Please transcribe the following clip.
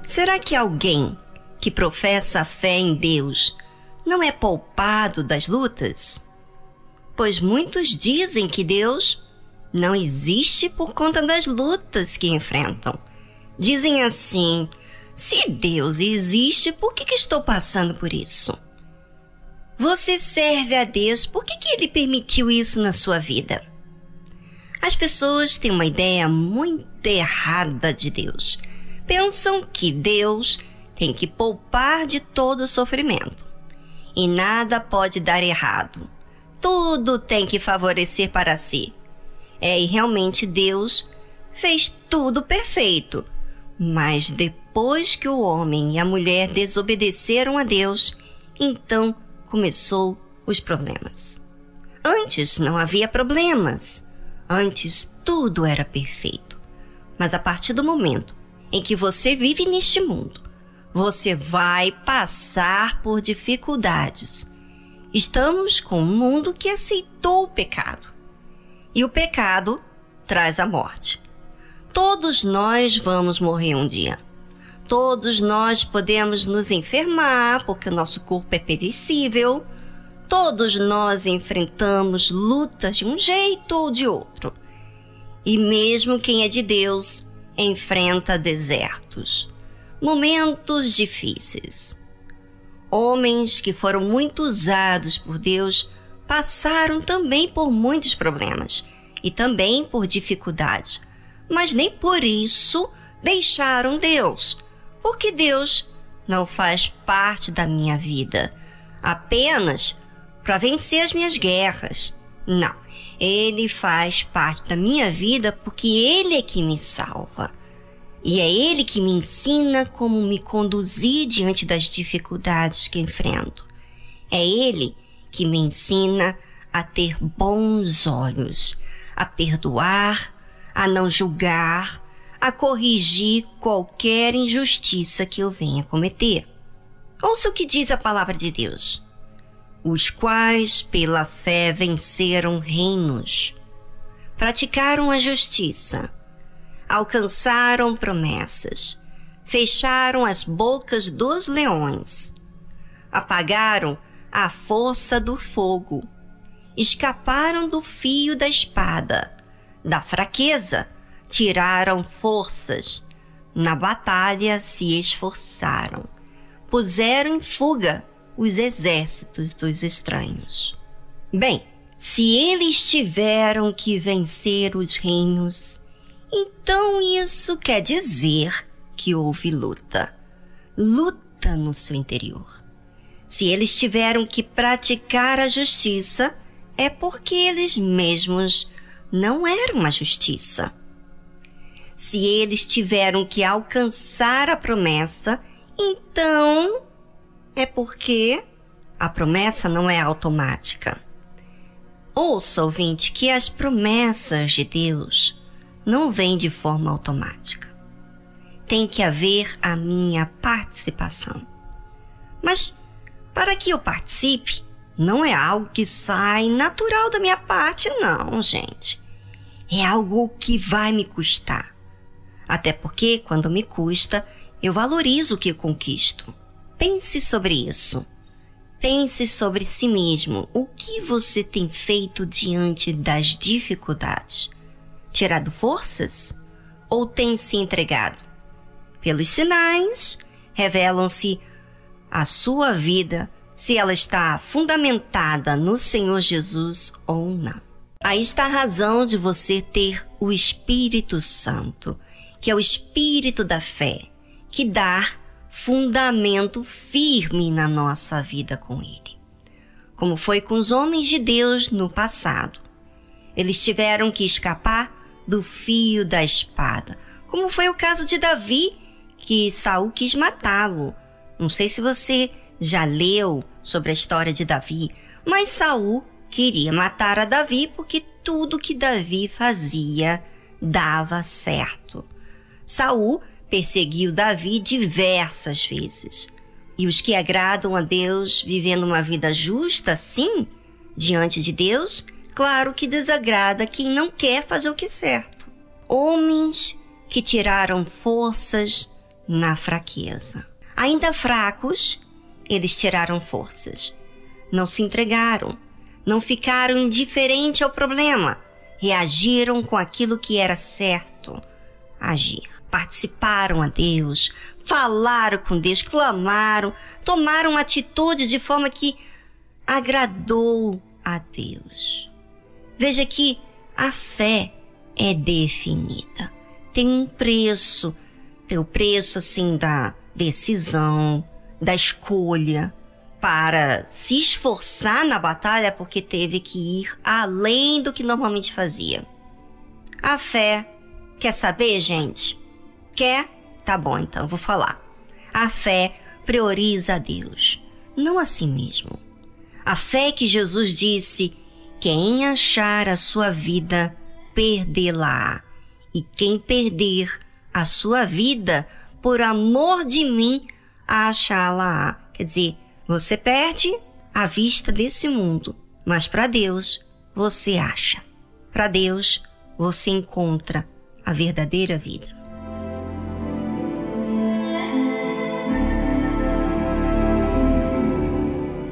Será que alguém que professa a fé em Deus não é poupado das lutas? Pois muitos dizem que Deus não existe por conta das lutas que enfrentam. Dizem assim: se Deus existe, por que estou passando por isso? Você serve a Deus, por que Ele permitiu isso na sua vida? As pessoas têm uma ideia muito errada de Deus. Pensam que Deus tem que poupar de todo o sofrimento. E nada pode dar errado. Tudo tem que favorecer para si. E realmente Deus fez tudo perfeito. Mas depois que o homem e a mulher desobedeceram a Deus, então começou os problemas. Antes não havia problemas. Antes tudo era perfeito. Mas a partir do momento em que você vive neste mundo, você vai passar por dificuldades. Estamos com um mundo que aceitou o pecado. E o pecado traz a morte. Todos nós vamos morrer um dia. Todos nós podemos nos enfermar porque o nosso corpo é perecível. Todos nós enfrentamos lutas de um jeito ou de outro. E mesmo quem é de Deus enfrenta desertos, momentos difíceis. Homens que foram muito usados por Deus passaram também por muitos problemas e também por dificuldades, mas nem por isso deixaram Deus, porque Deus não faz parte da minha vida apenas para vencer as minhas guerras. Não, Ele faz parte da minha vida porque Ele é que me salva. E é Ele que me ensina como me conduzir diante das dificuldades que enfrento. É Ele que me ensina a ter bons olhos, a perdoar, a não julgar, a corrigir qualquer injustiça que eu venha cometer. Ouça o que diz a palavra de Deus. Os quais pela fé venceram reinos, praticaram a justiça, alcançaram promessas, fecharam as bocas dos leões, apagaram a força do fogo, escaparam do fio da espada, da fraqueza tiraram forças, na batalha se esforçaram, puseram em fuga os exércitos dos estranhos. Bem, se eles tiveram que vencer os reinos, então isso quer dizer que houve luta. Luta no seu interior. Se eles tiveram que praticar a justiça, é porque eles mesmos não eram a justiça. Se eles tiveram que alcançar a promessa, então é porque a promessa não é automática. Ouça, ouvinte, que as promessas de Deus não vêm de forma automática. Tem que haver a minha participação. Mas, para que eu participe, não é algo que sai natural da minha parte, não, gente. É algo que vai me custar. Até porque, quando me custa, eu valorizo o que eu conquisto. Pense sobre isso. Pense sobre si mesmo. O que você tem feito diante das dificuldades? Tirado forças? Ou tem se entregado? Pelos sinais, revelam-se a sua vida, se ela está fundamentada no Senhor Jesus ou não. Aí está a razão de você ter o Espírito Santo, que é o Espírito da fé, que dá fundamento firme na nossa vida com Ele. Como foi com os homens de Deus no passado. Eles tiveram que escapar do fio da espada. Como foi o caso de Davi, que Saul quis matá-lo. Não sei se você já leu sobre a história de Davi, mas Saul queria matar a Davi porque tudo que Davi fazia dava certo. Saul perseguiu Davi diversas vezes. E os que agradam a Deus, vivendo uma vida justa, sim, diante de Deus, claro que desagrada quem não quer fazer o que é certo. Homens que tiraram forças na fraqueza. Ainda fracos, eles tiraram forças. Não se entregaram, não ficaram indiferentes ao problema. Reagiram com aquilo que era certo agir. Participaram a Deus, falaram com Deus, clamaram, tomaram atitude de forma que agradou a Deus. Veja que a fé é definida. Tem um preço. Tem o preço, assim, da decisão, da escolha, para se esforçar na batalha porque teve que ir além do que normalmente fazia. A fé, quer saber, gente? Quer? Tá bom, então eu vou falar. A fé prioriza a Deus, não a si mesmo. A fé que Jesus disse: quem achar a sua vida, perdê-la. E quem perder a sua vida, por amor de mim, achá-la. Quer dizer, você perde a vista desse mundo, mas para Deus você acha. Para Deus você encontra a verdadeira vida.